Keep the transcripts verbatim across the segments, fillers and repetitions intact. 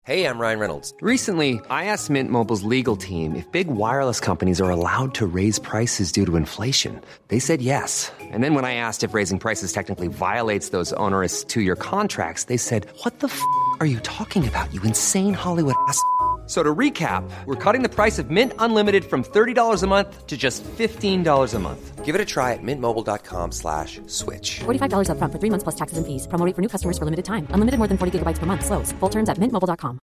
Hey, I'm Ryan Reynolds. Recently, I asked Mint Mobile's legal team if big wireless companies are allowed to raise prices due to inflation. They said yes. And then when I asked if raising prices technically violates those onerous two-year contracts, they said, what the f*** are you talking about, you insane Hollywood ass f- So to recap, we're cutting the price of Mint Unlimited from thirty dollars a month to just fifteen dollars a month. Give it a try at mintmobile.com slash switch. forty-five dollars up front for three months plus taxes and fees. Promo rate for new customers for limited time. Unlimited more than forty gigabytes per month. Slows full terms at mint mobile dot com.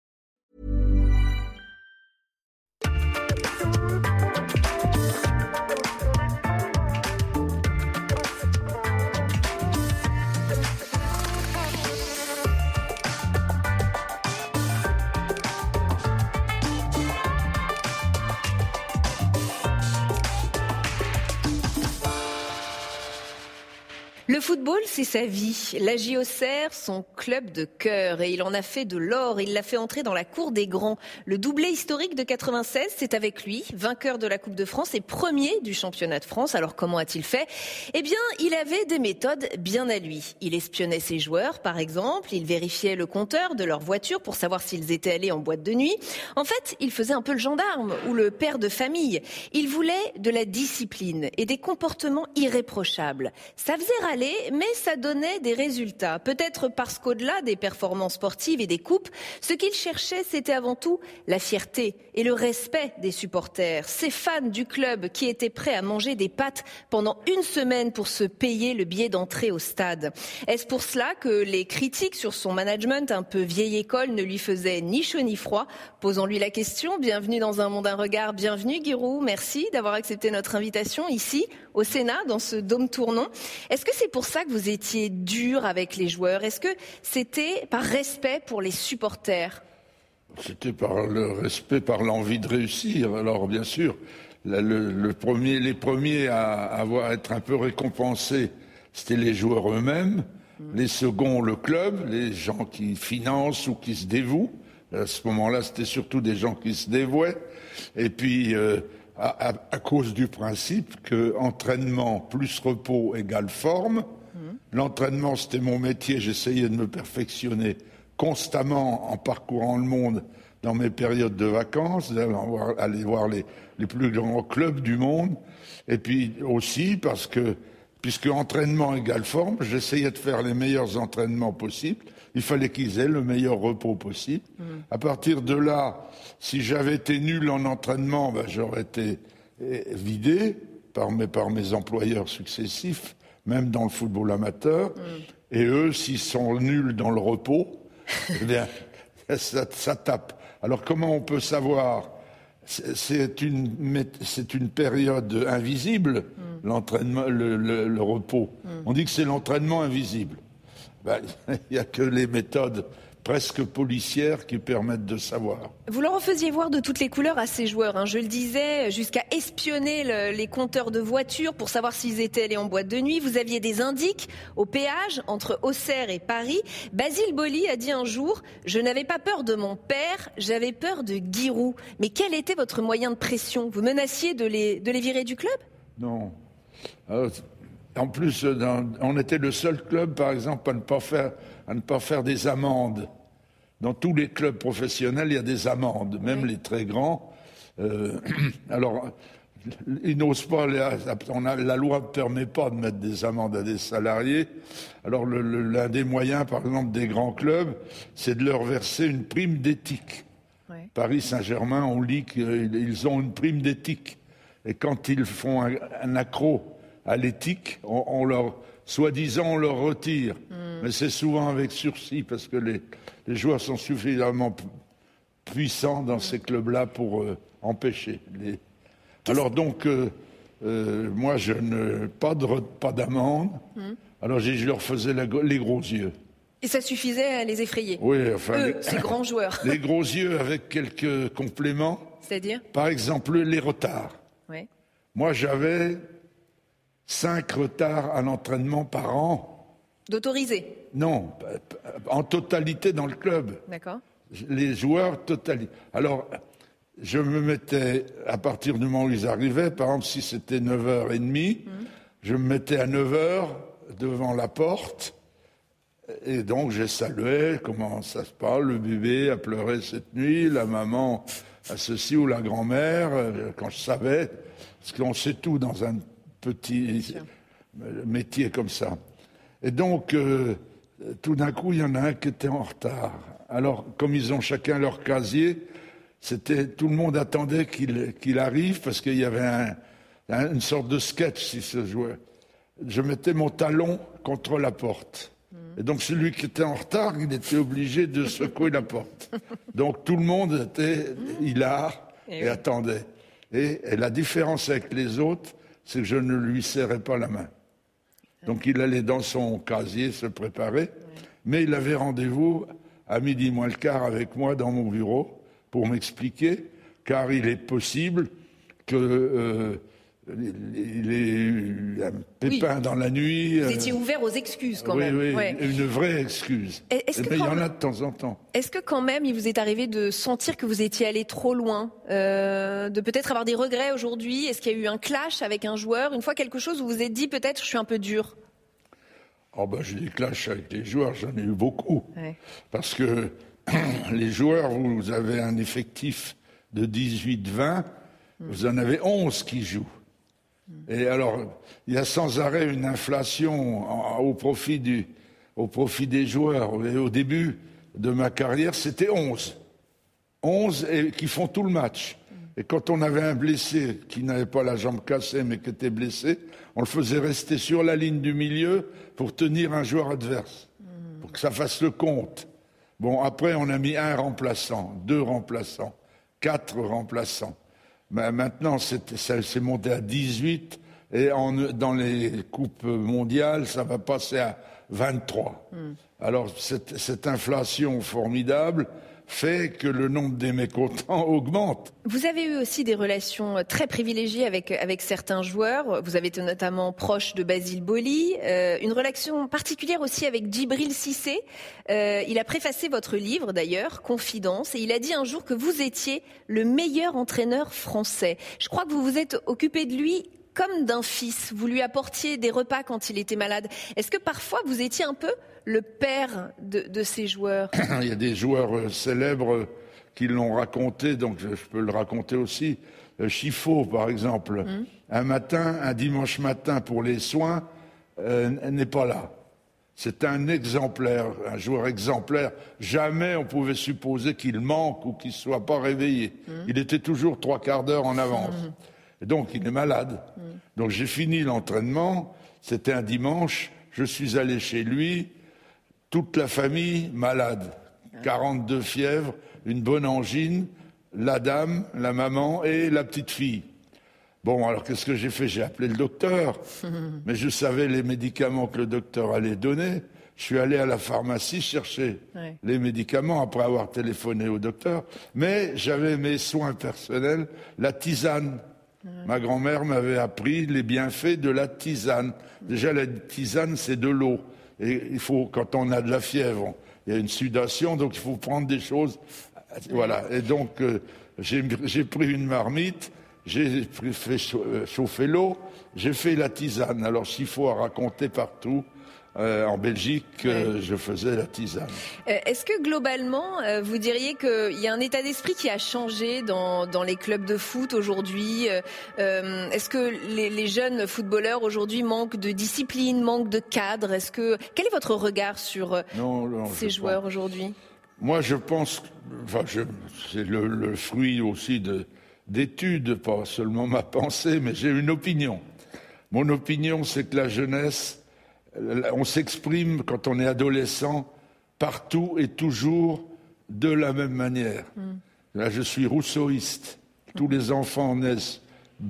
Le football, c'est sa vie. La J O C R, son club de cœur. Et il en a fait de l'or. Il l'a fait entrer dans la cour des grands. Le doublé historique de quatre-vingt-seize, c'est avec lui. Vainqueur de la Coupe de France et premier du championnat de France. Alors comment a-t-il fait ? Eh bien, il avait des méthodes bien à lui. Il espionnait ses joueurs, par exemple. Il vérifiait le compteur de leur voiture pour savoir s'ils étaient allés en boîte de nuit. En fait, il faisait un peu le gendarme ou le père de famille. Il voulait de la discipline et des comportements irréprochables. Ça faisait râler, mais ça donnait des résultats. Peut-être parce qu'au-delà des performances sportives et des coupes, ce qu'il cherchait, c'était avant tout la fierté et le respect des supporters. Ces fans du club qui étaient prêts à manger des pâtes pendant une semaine pour se payer le billet d'entrée au stade. Est-ce pour cela que les critiques sur son management un peu vieille école ne lui faisaient ni chaud ni froid ? Posons-lui la question. Bienvenue dans Un Monde, un regard. Bienvenue Giroud. Merci d'avoir accepté notre invitation ici, au Sénat, dans ce dôme tournant. Est-ce que c'est pour ça que vous étiez dur avec les joueurs ? Est-ce que c'était par respect pour les supporters ? C'était par le respect, par l'envie de réussir. Alors bien sûr, le, le premier, les premiers à avoir être un peu récompensés, c'était les joueurs eux-mêmes. Mmh. Les seconds, le club, les gens qui financent ou qui se dévouent. À ce moment-là, c'était surtout des gens qui se dévouaient. Et puis, euh, à, à, à cause du principe que entraînement plus repos égale forme. Mmh. L'entraînement, c'était mon métier. J'essayais de me perfectionner constamment en parcourant le monde dans mes périodes de vacances, aller voir les, les plus grands clubs du monde. Et puis aussi parce que, puisque entraînement égale forme, j'essayais de faire les meilleurs entraînements possibles. Il fallait qu'ils aient le meilleur repos possible. Mmh. À partir de là, si j'avais été nul en entraînement, ben, j'aurais été vidé par mes, par mes employeurs successifs, même dans le football amateur. Mmh. Et eux, s'ils sont nuls dans le repos, eh bien, ça, ça tape. Alors comment on peut savoir ? C'est une, c'est une période invisible, mmh. l'entraînement, le, le, le repos. Mmh. On dit que c'est l'entraînement invisible. Ben, il n'y a que les méthodes presque policières qui permettent de savoir. Vous leur en faisiez voir de toutes les couleurs à ces joueurs, hein. Je le disais, jusqu'à espionner le, les compteurs de voitures pour savoir s'ils étaient allés en boîte de nuit. Vous aviez des indices au péage entre Auxerre et Paris. Basile Boli a dit un jour « Je n'avais pas peur de mon père, j'avais peur de Giroud ». Mais quel était votre moyen de pression ? Vous menaciez de les, de les virer du club ? Non. Alors, en plus, on était le seul club, par exemple, à ne pas faire, à ne pas faire des amendes. Dans tous les clubs professionnels, il y a des amendes, même oui. les très grands. Euh, alors, ils n'osent pas, on a, la loi ne permet pas de mettre des amendes à des salariés. Alors, le, le, l'un des moyens, par exemple, des grands clubs, c'est de leur verser une prime d'éthique. Oui. Paris Saint-Germain, on lit qu'ils ont une prime d'éthique. Et quand ils font un, un accro à l'éthique, on, on leur, soi-disant, on leur retire. Mm. Mais c'est souvent avec sursis, parce que les, les joueurs sont suffisamment puissants dans mm. ces clubs-là pour euh, empêcher. Les... Alors donc, euh, euh, moi, je ne pas de pas d'amende. Mm. Alors je leur faisais la, les gros yeux. Et ça suffisait à les effrayer. Oui, enfin, eux, les, ces grands joueurs. Les gros yeux avec quelques compléments. C'est-à-dire ? Par exemple, les retards. Oui. Moi, j'avais cinq retards à l'entraînement par an. D'autoriser ? Non, en totalité dans le club. D'accord. Les joueurs, totalité. Alors, je me mettais, à partir du moment où ils arrivaient, par exemple, si c'était neuf heures trente, mmh. je me mettais à neuf heures devant la porte Et donc, j'ai salué, comment ça se passe, le bébé a pleuré cette nuit, la maman a ceci ou la grand-mère, quand je savais, parce qu'on sait tout dans un petit métier comme ça. Et donc, euh, tout d'un coup, il y en a un qui était en retard. Alors, comme ils ont chacun leur casier, c'était, tout le monde attendait qu'il, qu'il arrive, parce qu'il y avait un, un, une sorte de sketch qui se jouait. Je mettais mon talon contre la porte. Et donc celui qui était en retard, il était obligé de secouer la porte. Donc tout le monde était hilar et, et oui. attendait. Et, et la différence avec les autres, c'est que je ne lui serrais pas la main. Donc il allait dans son casier se préparer, oui. mais il avait rendez-vous à midi moins le quart avec moi dans mon bureau pour m'expliquer, car il est possible que... Euh, il est eu un pépin oui. dans la nuit. Vous étiez ouvert aux excuses quand oui, même. Oui, ouais. une vraie excuse. Est-ce que Mais il y en même... a de temps en temps. Est-ce que quand même il vous est arrivé de sentir que vous étiez allé trop loin, euh, de peut-être avoir des regrets aujourd'hui? Est-ce qu'il y a eu un clash avec un joueur? Une fois quelque chose où vous vous êtes dit peut-être je suis un peu dur? Oh ben, j'ai des clashs avec les joueurs, j'en ai eu beaucoup. Ouais. Parce que les joueurs, vous avez un effectif de dix-huit vingt, mmh. vous en avez onze qui jouent. Et alors, il y a sans arrêt une inflation en, au, profit du, au profit des joueurs. Et au début de ma carrière, c'était onze. onze et, qui font tout le match. Et quand on avait un blessé qui n'avait pas la jambe cassée mais qui était blessé, on le faisait rester sur la ligne du milieu pour tenir un joueur adverse, pour que ça fasse le compte. Bon, après, on a mis un remplaçant, deux remplaçants, quatre remplaçants. Ben maintenant, c'est, ça s'est monté à dix-huit et en, dans les coupes mondiales, ça va passer à vingt-trois. Mm. Alors, cette, cette inflation formidable fait que le nombre des mécontents augmente. Vous avez eu aussi des relations très privilégiées avec, avec certains joueurs. Vous avez été notamment proche de Basile Boli. Euh, une relation particulière aussi avec Djibril Cissé. Euh, il a préfacé votre livre d'ailleurs, Confidence, et il a dit un jour que vous étiez le meilleur entraîneur français. Je crois que vous vous êtes occupé de lui comme d'un fils. Vous lui apportiez des repas quand il était malade. Est-ce que parfois vous étiez un peu le père de, de ces joueurs? Il y a des joueurs célèbres qui l'ont raconté, donc je, je peux le raconter aussi. Chifo, par exemple, mmh. un matin, un dimanche matin pour les soins, euh, n'est pas là. C'est un exemplaire, un joueur exemplaire. Jamais on pouvait supposer qu'il manque ou qu'il ne soit pas réveillé. Mmh. Il était toujours trois quarts d'heure en avance. Mmh. Et donc, il est malade. Mmh. Donc, j'ai fini l'entraînement. C'était un dimanche. Je suis allé chez lui. Toute la famille malade. quarante-deux fièvres, une bonne angine, la dame, la maman et la petite fille. Bon, alors qu'est-ce que j'ai fait? J'ai appelé le docteur. Mais je savais les médicaments que le docteur allait donner. Je suis allé à la pharmacie chercher ouais. les médicaments après avoir téléphoné au docteur. Mais j'avais mes soins personnels, la tisane. Ouais. Ma grand-mère m'avait appris les bienfaits de la tisane. Déjà, la tisane, c'est de l'eau. Et il faut, quand on a de la fièvre, il y a une sudation, donc il faut prendre des choses. Ouais. Voilà. Et donc, euh, j'ai, j'ai pris une marmite, j'ai fait chauffer l'eau, j'ai fait la tisane. Alors, s'il faut raconter partout, Euh, en Belgique, euh, ouais. je faisais la tisane. Euh, est-ce que globalement, euh, vous diriez qu'il y a un état d'esprit qui a changé dans, dans les clubs de foot aujourd'hui? euh, Est-ce que les, les jeunes footballeurs aujourd'hui manquent de discipline, manquent de cadre? Est-ce que quel est votre regard sur non, non, ces joueurs pense. aujourd'hui? Moi, je pense, enfin, je, c'est le, le fruit aussi de, d'études, pas seulement ma pensée, mais j'ai une opinion. Mon opinion, c'est que la jeunesse, on s'exprime quand on est adolescent partout et toujours de la même manière. Mm. Là, je suis rousseauiste. Tous les enfants naissent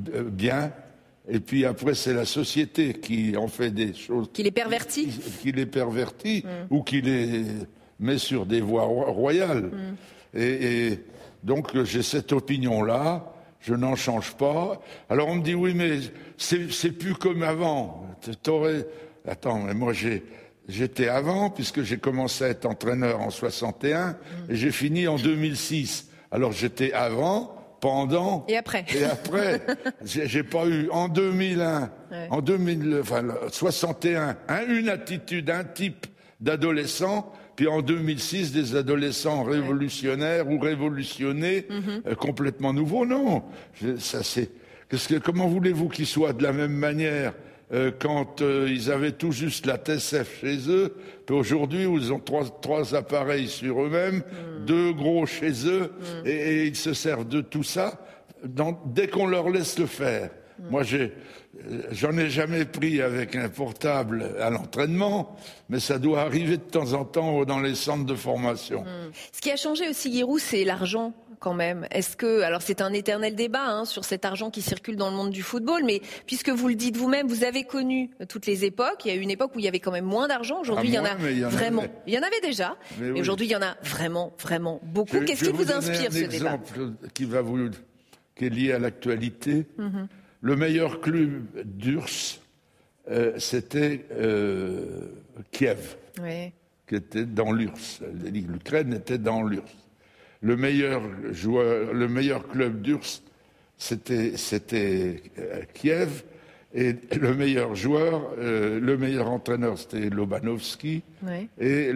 bien, et puis après, c'est la société qui en fait des choses... Qui les pervertit. Qui, qui les pervertit, mm. ou qui les met sur des voies royales. Mm. Et, et donc, j'ai cette opinion-là, je n'en change pas. Alors, on me dit, oui, mais c'est, c'est plus comme avant. T'aurais... Attends, mais moi j'ai, j'étais avant, puisque j'ai commencé à être entraîneur en soixante et un, mmh. et j'ai fini en deux mille six. Alors j'étais avant, pendant... Et après. Et après. j'ai, j'ai pas eu, en deux mille un, ouais. en deux mille, enfin, soixante et un, un, une attitude, un type d'adolescents, puis en deux mille six, des adolescents révolutionnaires ouais. ou révolutionnés, mm-hmm. euh, complètement nouveaux. Non, je, ça c'est. Qu'est-ce que, comment voulez-vous qu'ils soient de la même manière euh, quand euh, ils avaient tout juste la T S F chez eux, puis aujourd'hui où ils ont trois, trois appareils sur eux-mêmes, mm. deux gros chez eux, mm. et, et ils se servent de tout ça dans, dès qu'on leur laisse le faire. Mm. Moi, j'ai, j'en ai jamais pris avec un portable à l'entraînement, mais ça doit arriver de temps en temps dans les centres de formation. Mm. Ce qui a changé aussi, Giroud, c'est l'argent. Quand même. Est-ce que, alors c'est un éternel débat hein, sur cet argent qui circule dans le monde du football, mais puisque vous le dites vous-même, vous avez connu toutes les époques. Il y a eu une époque où il y avait quand même moins d'argent. Aujourd'hui, ah, il y en a il y en vraiment. Avait. Il y en avait déjà. Mais et oui. aujourd'hui, il y en a vraiment, vraiment beaucoup. Je, Qu'est-ce je qui vous, vous inspire ce débat ? Un exemple qui va vous, qui est lié à l'actualité. Mm-hmm. Le meilleur club d'U R S S, euh, c'était euh, Kiev, oui. qui était dans l'U R S S. L'Ukraine était dans l'U R S S. Le meilleur joueur, le meilleur club d'U R S S, c'était, c'était Kiev, et le meilleur joueur, euh, le meilleur entraîneur, c'était Lobanovski, oui. et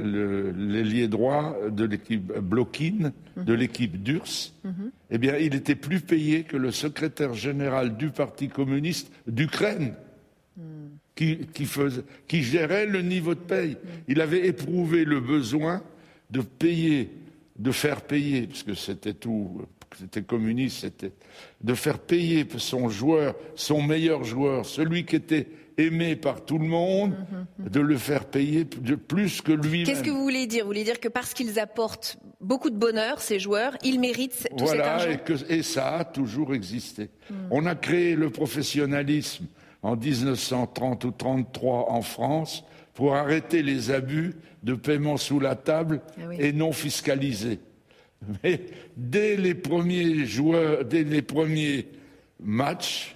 l'ailier droit de l'équipe Blokin, mm-hmm. de l'équipe d'U R S S, mm-hmm. eh bien, il était plus payé que le secrétaire général du Parti communiste d'Ukraine, mm. qui, qui, faisait, qui gérait le niveau de paye. Mm. Il avait éprouvé le besoin de payer de faire payer, parce que c'était tout, c'était communiste, c'était de faire payer son joueur, son meilleur joueur, celui qui était aimé par tout le monde, mmh, mmh. de le faire payer de plus que lui-même. Qu'est-ce que vous voulez dire ? Vous voulez dire que parce qu'ils apportent beaucoup de bonheur, ces joueurs, ils méritent tout voilà, cet argent ? Et, que, et ça a toujours existé. Mmh. On a créé le professionnalisme en dix-neuf cent trente ou trente-trois en France pour arrêter les abus de paiement sous la table ah oui. et non fiscalisés. Mais dès les premiers joueurs, dès les premiers matchs,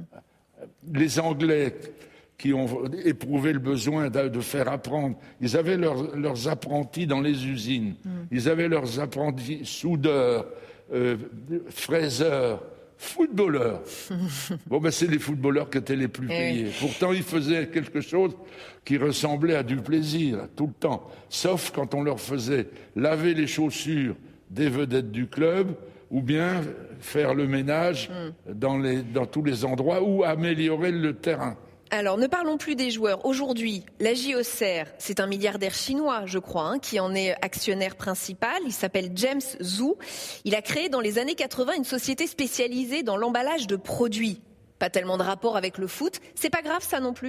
mm. les Anglais qui ont éprouvé le besoin de, de faire apprendre, ils avaient leurs, leurs apprentis dans les usines, mm. ils avaient leurs apprentis soudeurs, euh, fraiseurs, footballeurs. Bon, ben c'est les footballeurs qui étaient les plus payés. Oui. Pourtant, ils faisaient quelque chose qui ressemblait à du plaisir, tout le temps. Sauf quand on leur faisait laver les chaussures des vedettes du club, ou bien faire le ménage mm. dans, les, dans tous les endroits, ou améliorer le terrain. Alors, ne parlons plus des joueurs. Aujourd'hui, la J O C R, c'est un milliardaire chinois, je crois, hein, qui en est actionnaire principal. Il s'appelle James Zhu. Il a créé dans les années quatre-vingts une société spécialisée dans l'emballage de produits. Pas tellement de rapport avec le foot. C'est pas grave, ça non plus ?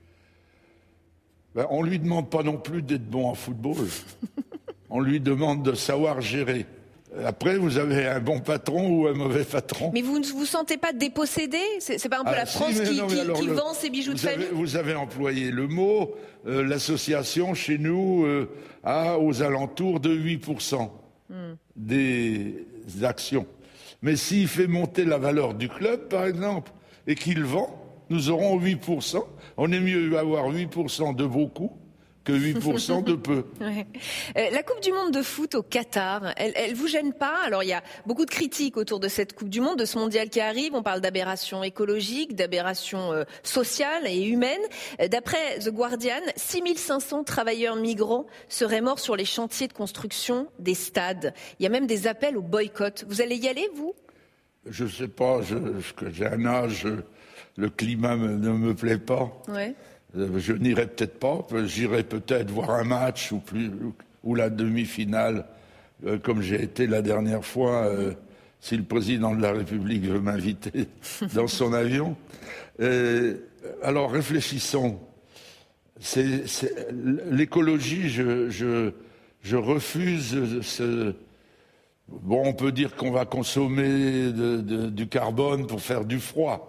Ben, on lui demande pas non plus d'être bon en football. On lui demande de savoir gérer. Après, vous avez un bon patron ou un mauvais patron. Mais vous ne vous sentez pas dépossédé ? c'est, c'est pas un peu ah, la France si, qui, non, qui, qui le, vend ses bijoux de famille ? Vous avez employé le mot. Euh, l'association, chez nous, euh, a aux alentours de huit pour cent hmm. des actions. Mais s'il fait monter la valeur du club, par exemple, et qu'il vend, nous aurons huit pour cent. On est mieux avoir huit pour cent de beaucoup que huit pour cent de peu. Ouais. Euh, la Coupe du Monde de foot au Qatar, elle, elle vous gêne pas ? Alors il y a beaucoup de critiques autour de cette Coupe du Monde, de ce mondial qui arrive. On parle d'aberration écologique, d'aberration euh, sociale et humaine. Euh, d'après The Guardian, six mille cinq cents travailleurs migrants seraient morts sur les chantiers de construction des stades. Il y a même des appels au boycott. Vous allez y aller, vous ? Je sais pas, je, je, j'ai un âge, le climat me, ne me plaît pas. Ouais. Je n'irai peut-être pas, j'irai peut-être voir un match ou, plus, ou la demi-finale, euh, comme j'ai été la dernière fois, euh, si le président de la République veut m'inviter dans son avion. Euh, alors réfléchissons. C'est, c'est, l'écologie, je, je, je refuse ce... Bon, on peut dire qu'on va consommer de, de, du carbone pour faire du froid.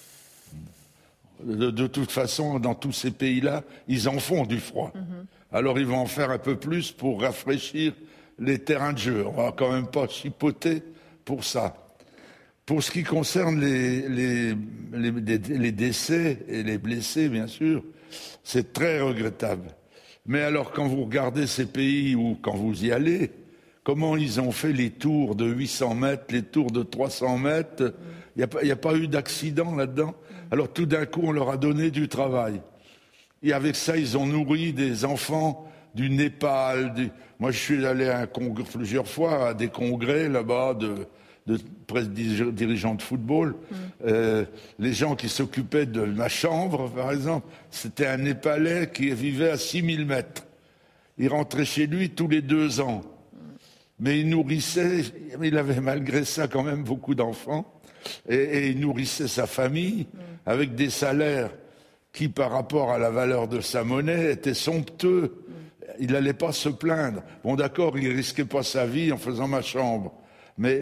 De, de toute façon, dans tous ces pays-là, ils en font du froid. Mm-hmm. Alors ils vont en faire un peu plus pour rafraîchir les terrains de jeu. On va quand même pas chipoter pour ça. Pour ce qui concerne les, les, les, les décès et les blessés, bien sûr, c'est très regrettable. Mais alors, quand vous regardez ces pays ou quand vous y allez, comment ils ont fait les tours de huit cents mètres, les tours de trois cents mètres, il n'y a, a pas eu d'accident là-dedans. Alors tout d'un coup, on leur a donné du travail. Et avec ça, ils ont nourri des enfants du Népal. Du... Moi, je suis allé à un congrès, plusieurs fois à des congrès là-bas de, de dirigeants de football. Mmh. Euh, les gens qui s'occupaient de ma chambre, par exemple, c'était un Népalais qui vivait à six mille mètres. Il rentrait chez lui tous les deux ans. Mais il nourrissait, il avait malgré ça quand même beaucoup d'enfants, et, et il nourrissait sa famille mmh. avec des salaires qui, par rapport à la valeur de sa monnaie, étaient somptueux. Mmh. Il n'allait pas se plaindre. Bon, d'accord, il risquait pas sa vie en faisant ma chambre, mais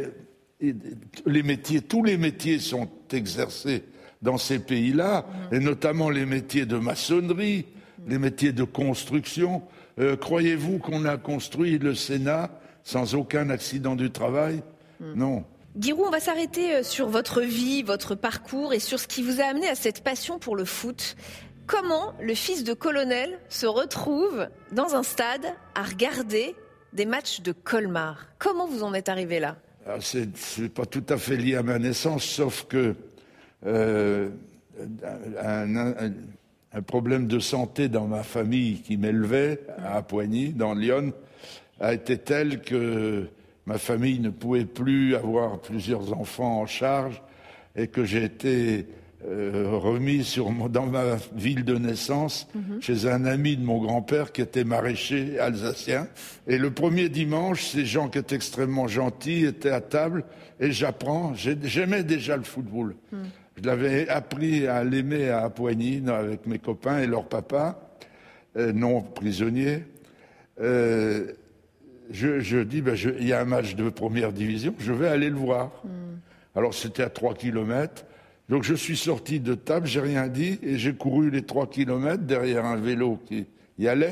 les métiers, tous les métiers sont exercés dans ces pays-là, mmh. et notamment les métiers de maçonnerie, mmh. les métiers de construction. Euh, croyez-vous qu'on a construit le Sénat sans aucun accident du travail? mmh. Non. Guy Roux, on va s'arrêter sur votre vie, votre parcours et sur ce qui vous a amené à cette passion pour le foot. Comment le fils de colonel se retrouve dans un stade à regarder des matchs de Colmar? Comment vous en êtes arrivé là? Alors, c'est, c'est pas tout à fait lié à ma naissance, sauf que euh, un, un, un problème de santé dans ma famille qui m'élevait à Appoigny, dans Lyon, a été tel que ma famille ne pouvait plus avoir plusieurs enfants en charge et que j'ai été euh, remis sur mon, dans ma ville de naissance mmh. chez un ami de mon grand-père qui était maraîcher alsacien. Et le premier dimanche, ces gens qui étaient extrêmement gentils étaient à table et j'apprends, j'aimais déjà le football. Mmh. Je l'avais appris à l'aimer à Appoigny avec mes copains et leur papa, euh, non prisonniers. Euh, Je, je dis, ben je, il y a un match de première division, je vais aller le voir. Mm. Alors c'était à trois kilomètres. Donc je suis sorti de table, j'ai rien dit, et j'ai couru les trois kilomètres derrière un vélo qui y allait.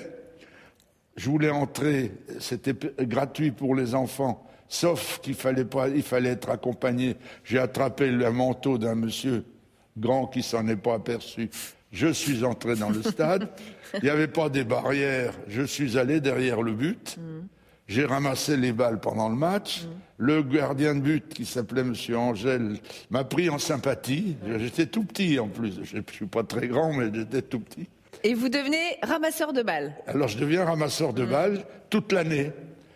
Je voulais entrer, c'était gratuit pour les enfants, sauf qu'il fallait pas, il fallait être accompagné. J'ai attrapé le manteau d'un monsieur grand qui s'en est pas aperçu. Je suis entré dans le stade. Il n'y avait pas des barrières. Je suis allé derrière le but. Mm. J'ai ramassé les balles pendant le match. Mmh. Le gardien de but, qui s'appelait Monsieur Angèle, m'a pris en sympathie. J'étais tout petit en plus. Je ne suis pas très grand, mais j'étais tout petit. Et vous devenez ramasseur de balles? Alors je deviens ramasseur de mmh. balles toute l'année.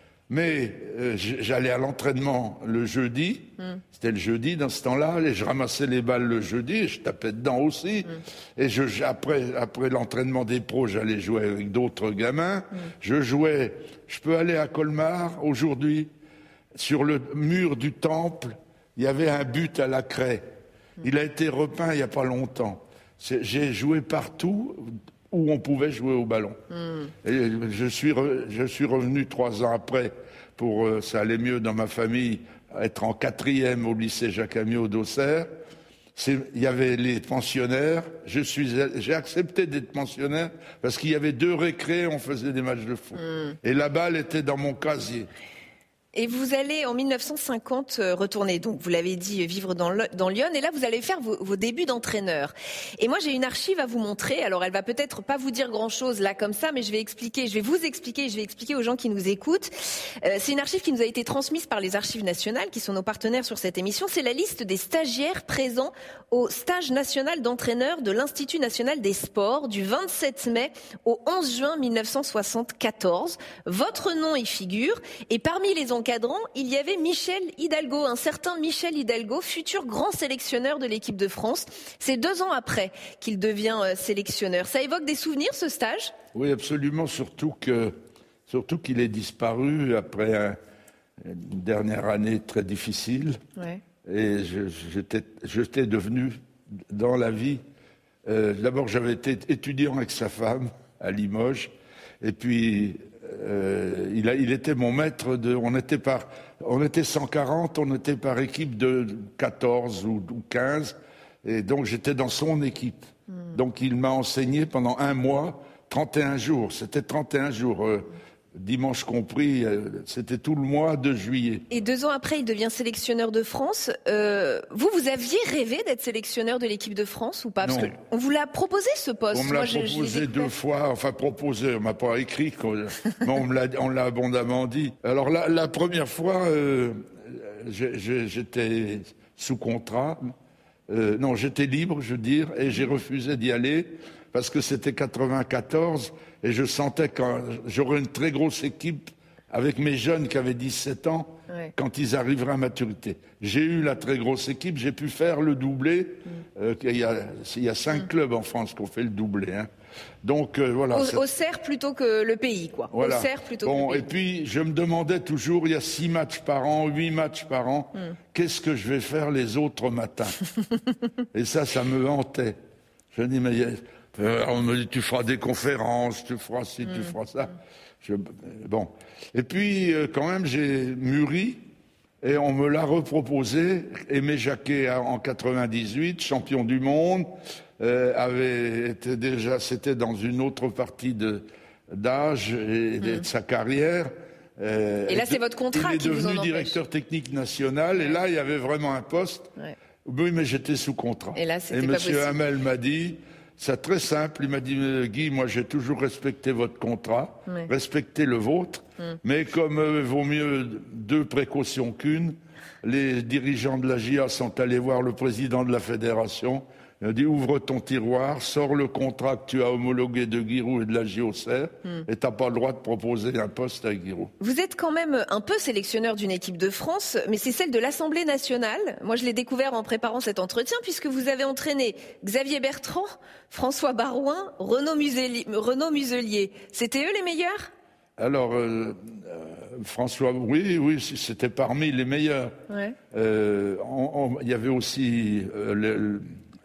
Mais euh, j'allais à l'entraînement le jeudi. Mmh. C'était le jeudi dans ce temps-là. Et je ramassais les balles le jeudi et je tapais dedans aussi. Mmh. Et je, après, après l'entraînement des pros, j'allais jouer avec d'autres gamins. Mmh. Je jouais... Je peux aller à Colmar aujourd'hui, sur le mur du temple, il y avait un but à la craie. Il a été repeint il n'y a pas longtemps. C'est, j'ai joué partout où on pouvait jouer au ballon. Mm. Et je suis, re, je suis revenu trois ans après, pour euh, ça allait mieux dans ma famille, être en quatrième au lycée Jacques Amiot d'Auxerre. C'est, il y avait les pensionnaires, je suis, j'ai accepté d'être pensionnaire parce qu'il y avait deux récrés, on faisait des matchs de foot. Mmh. Et la balle était dans mon casier. Et vous allez en mille neuf cent cinquante retourner, donc vous l'avez dit, vivre dans, le, dans Lyon, et là vous allez faire vos, vos débuts d'entraîneur. Et moi j'ai une archive à vous montrer, alors elle va peut-être pas vous dire grand-chose là comme ça, mais je vais expliquer, je vais vous expliquer, je vais expliquer aux gens qui nous écoutent. Euh, c'est une archive qui nous a été transmise par les Archives nationales, qui sont nos partenaires sur cette émission. C'est la liste des stagiaires présents au stage national d'entraîneur de l'Institut national des sports du vingt-sept mai au onze juin mille neuf cent soixante-quatorze. Votre nom y figure, et parmi les encadrant, il y avait Michel Hidalgo, un certain Michel Hidalgo, futur grand sélectionneur de l'équipe de France. C'est deux ans après qu'il devient euh, sélectionneur. Ça évoque des souvenirs, ce stage? Oui, absolument, surtout, que, surtout qu'il est disparu après un, une dernière année très difficile. Ouais. Et je, j'étais, j'étais devenu, dans la vie, euh, d'abord j'avais été étudiant avec sa femme à Limoges, et puis... Euh, il, a, il était mon maître de. On était par, on était cent quarante, on était par équipe de quatorze ou, ou quinze, et donc j'étais dans son équipe. Mmh. Donc il m'a enseigné pendant un mois, trente et un jours. C'était trente et un jours. Euh, dimanche compris, c'était tout le mois de juillet. Et deux ans après, il devient sélectionneur de France. Euh, vous, vous aviez rêvé d'être sélectionneur de l'équipe de France ou pas? Parce non. que on vous l'a proposé, ce poste. On me l'a Moi, proposé je, je deux fois, enfin proposé, on m'a pas écrit, mais on me l'a, on l'a abondamment dit. Alors la, la première fois, euh, je, je, j'étais sous contrat, euh, non, j'étais libre, je veux dire, et j'ai refusé d'y aller parce que c'était quatre-vingt-quatorze et je sentais que j'aurais une très grosse équipe avec mes jeunes qui avaient dix-sept ans, ouais. quand ils arriveraient à maturité. J'ai eu la très grosse équipe, j'ai pu faire le doublé. Mm. Euh, il, y a, il y a cinq mm. clubs en France qui ont fait le doublé. Hein. Donc euh, voilà. Au, Auxerre plutôt que le pays, quoi. Voilà. Auxerre plutôt bon, que le pays. Et puis je me demandais toujours, il y a six matchs par an, huit matchs par an, mm. qu'est-ce que je vais faire les autres matins? Et ça, ça me hantait. Je dis, mais euh, on me dit, tu feras des conférences, tu feras ci, mm. tu feras ça. Mm. Je, bon. Et puis, euh, quand même, j'ai mûri et on me l'a reproposé. Aimé Jacquet, en quatre-vingt-dix-huit, champion du monde, euh, avait été déjà, c'était dans une autre partie de, d'âge et, mmh. et de sa carrière. Euh, et là, c'est votre contrat qui vous en empêche. Il est devenu directeur technique national ouais. et là, il y avait vraiment un poste. Ouais. Oui, mais j'étais sous contrat. Et là, c'était et pas monsieur possible. Hamel m'a dit... C'est très simple, il m'a dit « Guy, moi j'ai toujours respecté votre contrat, oui. respectez le vôtre, mm. mais comme euh, vaut mieux deux précautions qu'une, les dirigeants de la J A sont allés voir le président de la fédération, il a dit « Ouvre ton tiroir, sors le contrat que tu as homologué de Giroud et de la J O C R, mm. et tu n'as pas le droit de proposer un poste à Giroud. » Vous êtes quand même un peu sélectionneur d'une équipe de France, mais c'est celle de l'Assemblée nationale. Moi, je l'ai découvert en préparant cet entretien, puisque vous avez entraîné Xavier Bertrand, François Barouin, Renaud Muselier. Renaud Muselier. C'était eux les meilleurs ? Alors, euh, euh, François, oui, oui, c'était parmi les meilleurs. Ouais. Euh, on, on, il y avait aussi euh, le, le,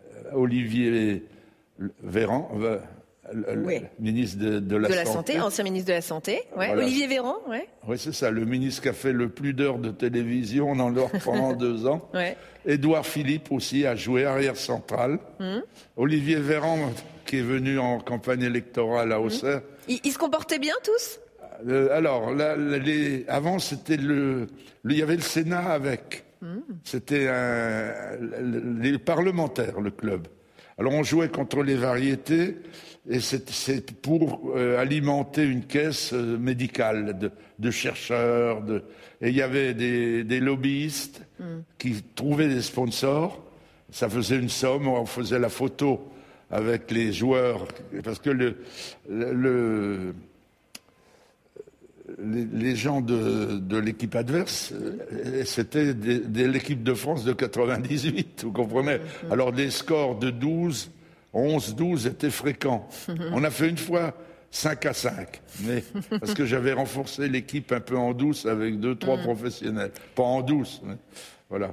Olivier Véran, euh, oui. le ministre de, de, la, de la Santé. Santé, ancien ministre de la Santé. Ouais. Voilà. Olivier Véran, oui. Oui, c'est ça, le ministre qui a fait le plus d'heures de télévision dans l'heure pendant deux ans. Ouais. Édouard Philippe aussi a joué arrière central. Mmh. Olivier Véran, qui est venu en campagne électorale à Auxerre. Mmh. Ils, ils se comportaient bien tous ? euh, Alors, la, la, les, avant, c'était le, le, il y avait le Sénat avec. Mmh. C'était un, les parlementaires, le club. Alors, on jouait contre les variétés. Et c'est, c'est pour euh, alimenter une caisse euh, médicale de, de chercheurs. De... Et il y avait des, des lobbyistes mm. qui trouvaient des sponsors. Ça faisait une somme. On faisait la photo avec les joueurs. Parce que le, le, le, les, les gens de, de l'équipe adverse, c'était de, de l'équipe de France de quatre-vingt-dix-huit. Vous comprenez ? Mm. Alors des scores de douze... onze douze était fréquent. On a fait une fois cinq à cinq, mais parce que j'avais renforcé l'équipe un peu en douce avec deux, trois mmh. professionnels. Pas en douce, mais voilà.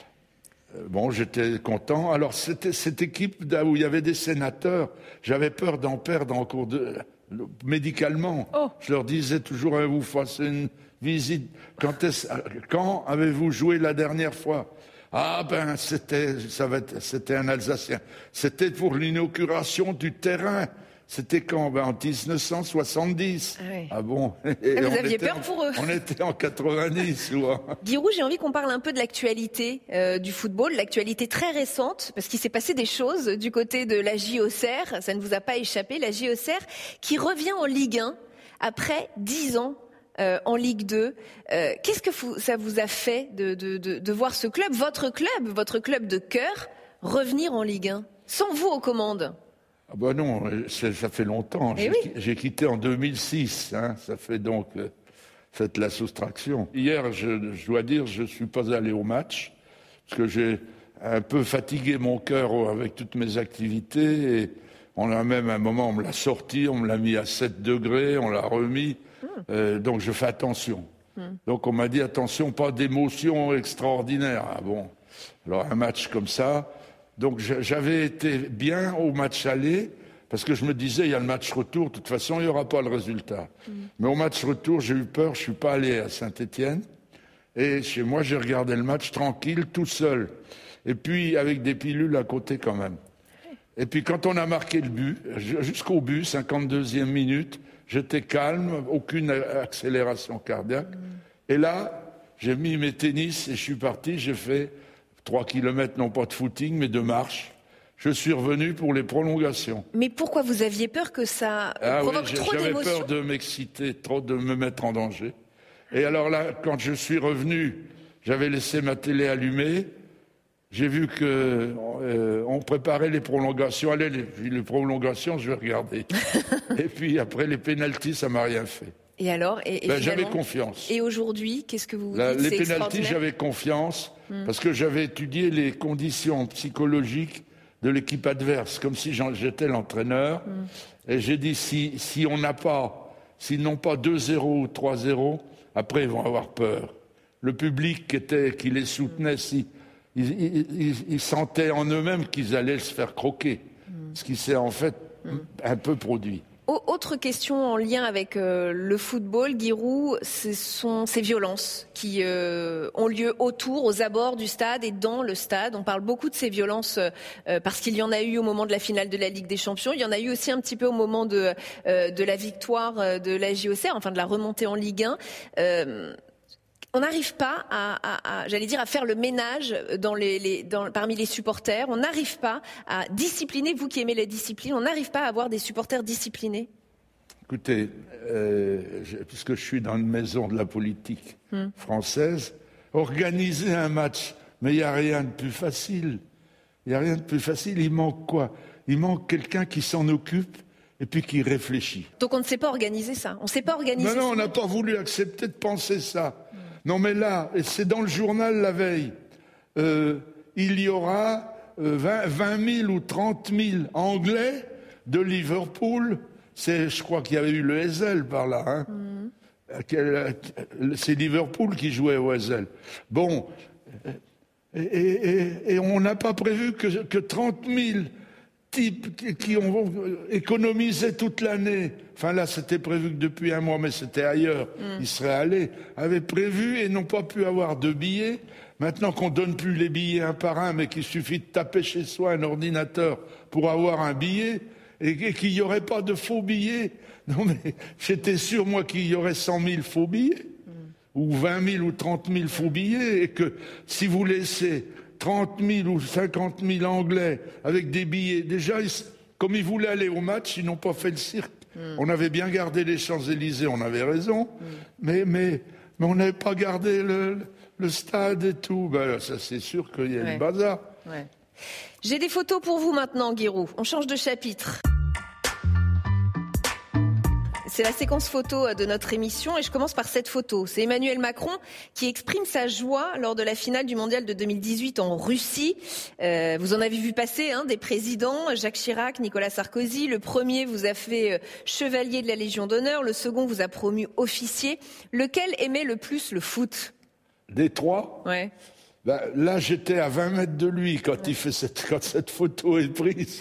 Bon, j'étais content. Alors, c'était cette équipe où il y avait des sénateurs. J'avais peur d'en perdre en cours de... médicalement. Oh. Je leur disais toujours, vous fassiez une visite. Quand, est-ce... Quand avez-vous joué la dernière fois ? Ah ben c'était ça va être, c'était un Alsacien. C'était pour l'inauguration du terrain. C'était quand ben en dix-neuf cent soixante-dix. Ah, oui. Ah bon. Et vous aviez peur en, pour eux. On était en quatre-vingt-dix souvent. Giroud, j'ai envie qu'on parle un peu de l'actualité euh, du football, l'actualité très récente, parce qu'il s'est passé des choses du côté de la J O C R. Ça ne vous a pas échappé, la J O C R qui revient en Ligue un après dix ans. Euh, en Ligue deux. Euh, qu'est-ce que vous, ça vous a fait de, de, de, de voir ce club, votre club, votre club de cœur, revenir en Ligue un, sans vous aux commandes ? Ah ben non, ça fait longtemps. J'ai, oui. j'ai quitté en deux mille six. Hein, ça fait donc... Euh, faites la soustraction. Hier, je, je dois dire, je ne suis pas allé au match, parce que j'ai un peu fatigué mon cœur avec toutes mes activités. Et on a même, à un moment, on me l'a sorti, on me l'a mis à sept degrés, on l'a remis... Euh, donc je fais attention. Mm. Donc on m'a dit attention, pas d'émotion extraordinaire. Ah bon. Alors un match comme ça. Donc j'avais été bien au match aller parce que je me disais il y a le match retour. De toute façon il n'y aura pas le résultat. Mm. Mais au match retour j'ai eu peur. Je suis pas allé à Saint-Étienne et chez moi j'ai regardé le match tranquille tout seul. Et puis avec des pilules à côté quand même. Et puis quand on a marqué le but jusqu'au but, cinquante-deuxième minute. J'étais calme, aucune accélération cardiaque. Mmh. Et là, j'ai mis mes tennis et je suis parti. J'ai fait trois kilomètres, non pas de footing, mais de marche. Je suis revenu pour les prolongations. Mais pourquoi vous aviez peur que ça ah provoque oui, trop d'émotions ? J'avais peur de m'exciter, trop de me mettre en danger. Et alors là, quand je suis revenu, j'avais laissé ma télé allumée. j'ai vu que euh, on préparait les prolongations. Allez, les, les prolongations, je vais regarder. Et puis après les pénaltys, ça m'a rien fait. Et alors et, et ben, j'avais confiance. Et aujourd'hui, qu'est-ce que vous La, dites? Les pénaltys, j'avais confiance hum. parce que j'avais étudié les conditions psychologiques de l'équipe adverse, comme si j'étais l'entraîneur. Hum. Et j'ai dit, si, si on n'a pas, s'ils n'ont pas deux zéro ou trois zéro, après ils vont avoir peur. Le public qui, était, qui les soutenait, si, ils, ils, ils, ils sentaient en eux-mêmes qu'ils allaient se faire croquer. Hum. Ce qui s'est en fait hum. un peu produit. Autre question en lien avec euh, le football, Giroud, ce sont ces violences qui euh, ont lieu autour, aux abords du stade et dans le stade. On parle beaucoup de ces violences euh, parce qu'il y en a eu au moment de la finale de la Ligue des Champions. Il y en a eu aussi un petit peu au moment de, euh, de la victoire de la J O C R, enfin de la remontée en Ligue un. Euh, On n'arrive pas à, à, à, j'allais dire, à faire le ménage dans les, les, dans, parmi les supporters. On n'arrive pas à discipliner, vous qui aimez la discipline, on n'arrive pas à avoir des supporters disciplinés. Écoutez, euh, je, puisque je suis dans une maison de la politique hum. française, organiser un match, mais il n'y a rien de plus facile. Il n'y a rien de plus facile. Il manque quoi? Il manque quelqu'un qui s'en occupe et puis qui réfléchit. Donc on ne sait pas organiser ça. On ne sait pas organiser ça. Non, non, on n'a pas voulu accepter de penser ça. Hum. Non mais là, et c'est dans le journal la veille, euh, il y aura euh, vingt mille ou trente mille Anglais de Liverpool. C'est, je crois qu'il y avait eu le Heysel par là. Hein. Mmh. C'est Liverpool qui jouait au Heysel. Bon, et, et, et on n'a pas prévu que, que trente mille types qui, qui ont économisé toute l'année, enfin là c'était prévu que depuis un mois, mais c'était ailleurs, mmh. ils seraient allés, avaient prévu et n'ont pas pu avoir de billets. Maintenant qu'on donne plus les billets un par un, mais qu'il suffit de taper chez soi un ordinateur pour avoir un billet, et, et qu'il n'y aurait pas de faux billets. Non mais j'étais sûr moi qu'il y aurait cent mille faux billets, mmh. ou vingt mille ou trente mille faux billets, et que si vous laissez trente mille ou cinquante mille Anglais avec des billets. Déjà, ils, comme ils voulaient aller au match, ils n'ont pas fait le cirque. Mm. On avait bien gardé les Champs-Élysées, on avait raison, mm. mais, mais, mais on n'avait pas gardé le, le stade et tout. Ben, ça, c'est sûr qu'il y a ouais. le bazar. Ouais. J'ai des photos pour vous maintenant, Giroud. On change de chapitre. C'est la séquence photo de notre émission et je commence par cette photo. C'est Emmanuel Macron qui exprime sa joie lors de la finale du mondial de deux mille dix-huit en Russie. Euh, vous en avez vu passer hein, des présidents, Jacques Chirac, Nicolas Sarkozy. Le premier vous a fait euh, chevalier de la Légion d'honneur, le second vous a promu officier. Lequel aimait le plus le foot? Des trois? Ouais. Ben, là, j'étais à vingt mètres de lui quand, ouais. il fait cette, quand cette photo est prise.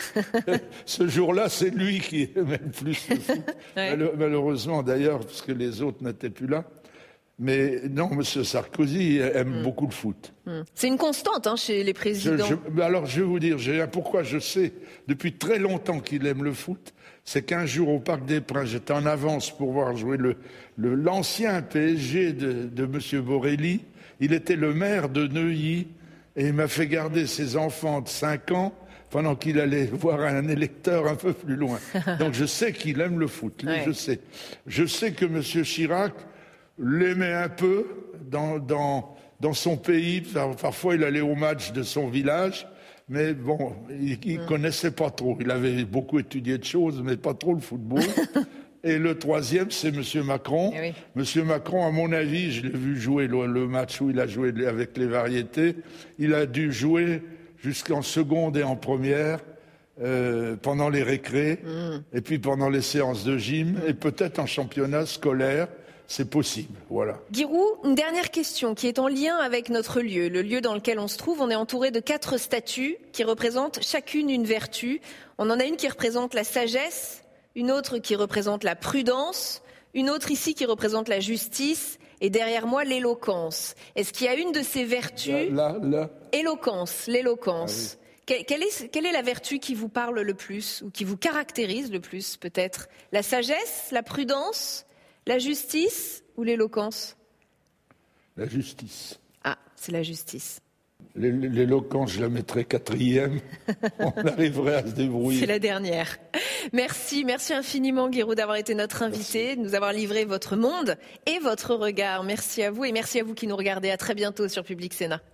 Ce jour-là, c'est lui qui aimait le plus le foot. Ouais. Malheureusement, d'ailleurs, parce que les autres n'étaient plus là. Mais non, M. Sarkozy aime mmh. beaucoup le foot. Mmh. C'est une constante hein, chez les présidents. Je, je, alors, je vais vous dire, j'ai, pourquoi je sais depuis très longtemps qu'il aime le foot. C'est qu'un jour, au Parc des Princes, j'étais en avance pour voir jouer le, le, l'ancien P S G de, de M. Borelli. Il était le maire de Neuilly et il m'a fait garder ses enfants de cinq ans pendant qu'il allait voir un électeur un peu plus loin. Donc je sais qu'il aime le foot, lui, ouais. je sais. Je sais que M. Chirac l'aimait un peu dans, dans, dans son pays. Parfois, il allait au match de son village, mais bon, il ne connaissait pas trop. Il avait beaucoup étudié de choses, mais pas trop le football. Et le troisième, c'est M. Macron. Eh oui. M. Macron, à mon avis, je l'ai vu jouer le, le match où il a joué avec les variétés. Il a dû jouer jusqu'en seconde et en première, euh, pendant les récrés, mmh. et puis pendant les séances de gym, mmh. et peut-être en championnat scolaire. C'est possible, voilà. Giroud, une dernière question qui est en lien avec notre lieu, le lieu dans lequel on se trouve. On est entouré de quatre statues qui représentent chacune une vertu. On en a une qui représente la sagesse, une autre qui représente la prudence, une autre ici qui représente la justice, et derrière moi, l'éloquence. Est-ce qu'il y a une de ces vertus? Là, là, là. Éloquence, l'éloquence. Ah oui. Quelle est, quelle est la vertu qui vous parle le plus, ou qui vous caractérise le plus, peut-être? La sagesse, la prudence, la justice ou l'éloquence? La justice. Ah, c'est la justice. L'éloquence, je la mettrais quatrième. On arriverait à se débrouiller. C'est la dernière. Merci, merci infiniment Giroud d'avoir été notre invité, merci. De nous avoir livré votre monde et votre regard. Merci à vous et merci à vous qui nous regardez. À très bientôt sur Public Sénat.